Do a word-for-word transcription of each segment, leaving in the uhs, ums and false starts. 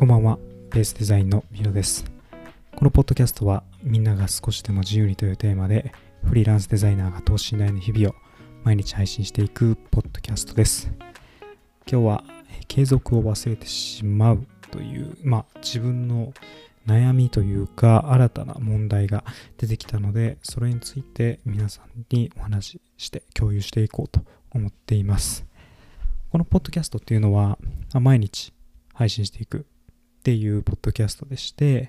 こんばんは、ベースデザインのミロです。このポッドキャストはみんなが少しでも自由にというテーマでフリーランスデザイナーが等身大の日々を毎日配信していくポッドキャストです。今日は継続を忘れてしまうという、まあ自分の悩みというか新たな問題が出てきたので、それについて皆さんにお話しして共有していこうと思っています。このポッドキャストっていうのは毎日配信していくっていうポッドキャストでして、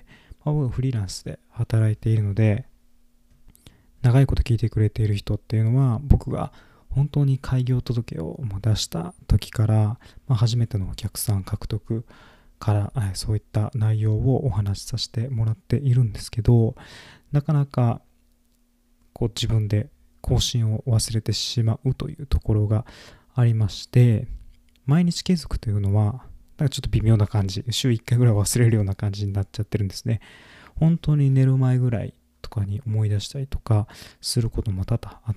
まあ、僕はフリーランスで働いているので、長いこと聞いてくれている人っていうのは、僕が本当に開業届を出した時から、まあ、初めてのお客さん獲得からそういった内容をお話しさせてもらっているんですけど、なかなかこう自分で更新を忘れてしまうというところがありまして、毎日継続というのはなんかちょっと微妙な感じ、週いっかいぐらい忘れるような感じになっちゃってるんですね。本当に寝る前ぐらいとかに思い出したりとかすることも多々あって、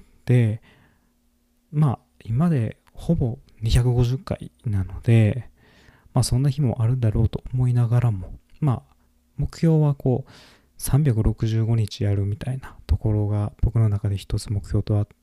まあ今でほぼにひゃくごじゅっかいなので、まあそんな日もあるだろうと思いながらも、まあ目標はこうさんびゃくろくじゅうごにちやるみたいなところが僕の中で一つ目標とあって、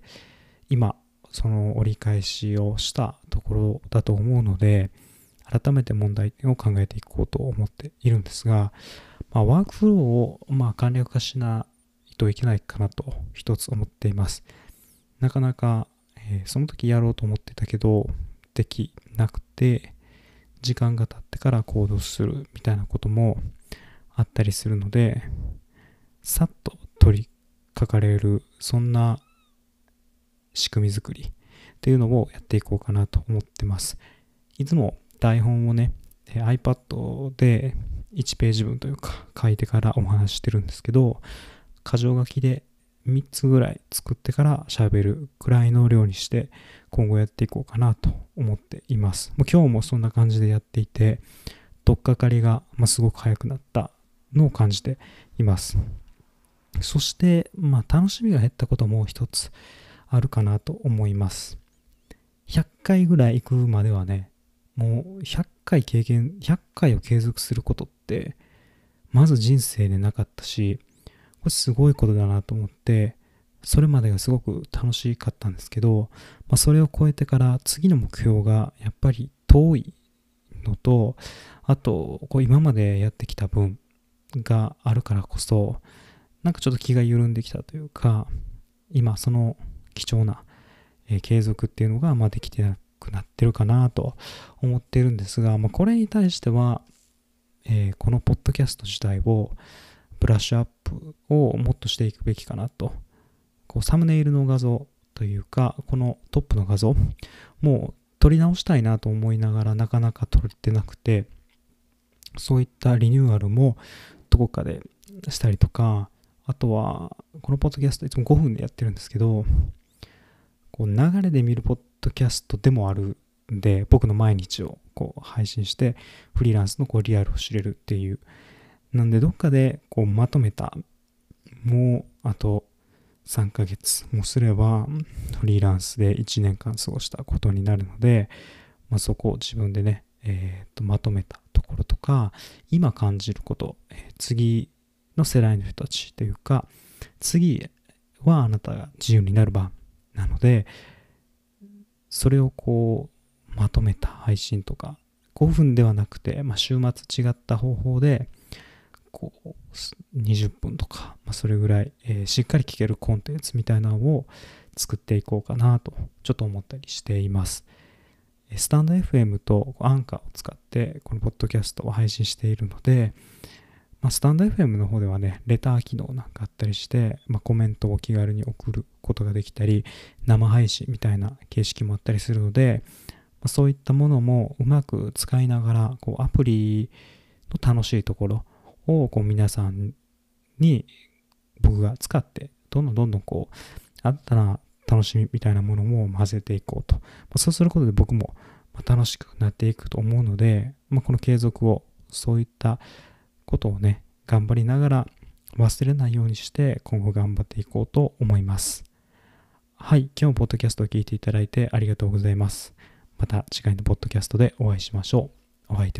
今その折り返しをしたところだと思うので、改めて問題点を考えていこうと思っているんですが、まあ、ワークフローをまあ簡略化しないといけないかなと一つ思っています。なかなか、えー、その時やろうと思ってたけどできなくて、時間が経ってから行動するみたいなこともあったりするので、さっと取り掛かれるそんな仕組み作りっていうのをやっていこうかなと思ってます。いつも台本をね、iPad でいちページ分というか書いてからお話ししてるんですけど、箇条書きでみっつぐらい作ってから喋るくらいの量にして今後やっていこうかなと思っています。もう今日もそんな感じでやっていて、取っかかりがすごく早くなったのを感じています。そして、まあ、楽しみが減ったことも一つあるかなと思います。ひゃっかいぐらい行くまではね、もうひゃっかい経験、ひゃっかいを継続することってまず人生でなかったし、これすごいことだなと思って、それまでがすごく楽しかったんですけど、まあ、それを超えてから次の目標がやっぱり遠いのと、あとこう今までやってきた分があるからこそ、なんかちょっと気が緩んできたというか、今その貴重な、えー、継続っていうのがまあできてなくなってるかなと思ってるんですが、まあ、これに対しては、えー、このポッドキャスト自体をブラッシュアップをもっとしていくべきかなと。こうサムネイルの画像というか、このトップの画像もう撮り直したいなと思いながらなかなか撮れてなくて、そういったリニューアルもどこかでしたりとか、あとはこのポッドキャストいつもごふんでやってるんですけど、こう流れで見るポッドキャストでもあるんで、僕の毎日をこう配信してフリーランスのこうリアルを知れるっていう、なんでどっかでこうまとめた、もうあとさんかげつもすればフリーランスでいちねんかん過ごしたことになるので、まあ、そこを自分でね、えー、とまとめたところとか、今感じること、えー、次の世代の人たちというか、次はあなたが自由になる番なので、それをこうまとめた配信とかごふんではなくて、まあ、週末違った方法でこうにじゅっぷんとか、まあ、それぐらい、えー、しっかり聞けるコンテンツみたいなのを作っていこうかなとちょっと思ったりしています。スタンド エフエム とアンカーを使ってこのポッドキャストを配信しているので、まあ、スタンド エフエム の方ではね、レター機能なんかあったりして、まあ、コメントを気軽に送ることができたり、生配信みたいな形式もあったりするので、まあ、そういったものもうまく使いながら、こうアプリの楽しいところをこう皆さんに僕が使って、どんどんどんどんこう、新たな楽しみみたいなものも混ぜていこうと。まあ、そうすることで僕も楽しくなっていくと思うので、まあ、この継続を、そういったことをね、頑張りながら忘れないようにして今後頑張っていこうと思います。はい、今日もポッドキャストを聞いていただいてありがとうございます。また次回のポッドキャストでお会いしましょう。お相手は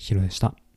ヒロでした。